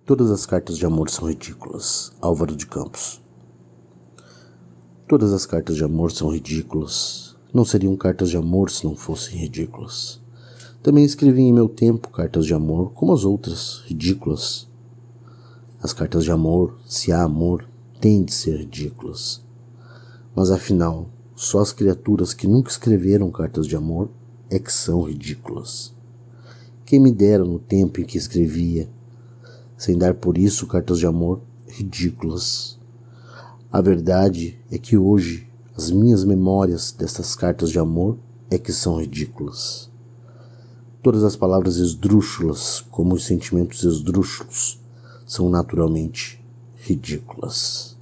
Todas as cartas de amor são ridículas. Álvaro de Campos. Todas as cartas de amor são ridículas. Não seriam cartas de amor se não fossem ridículas. Também escrevi em meu tempo cartas de amor como as outras, ridículas. As cartas de amor, se há amor, têm de ser ridículas. Mas afinal, só as criaturas que nunca escreveram cartas de amor é que são ridículas. Quem me dera no tempo em que escrevia, sem dar por isso cartas de amor ridículas. A verdade é que hoje as minhas memórias destas cartas de amor é que são ridículas. Todas as palavras esdrúxulas, como os sentimentos esdrúxulos, são naturalmente ridículas.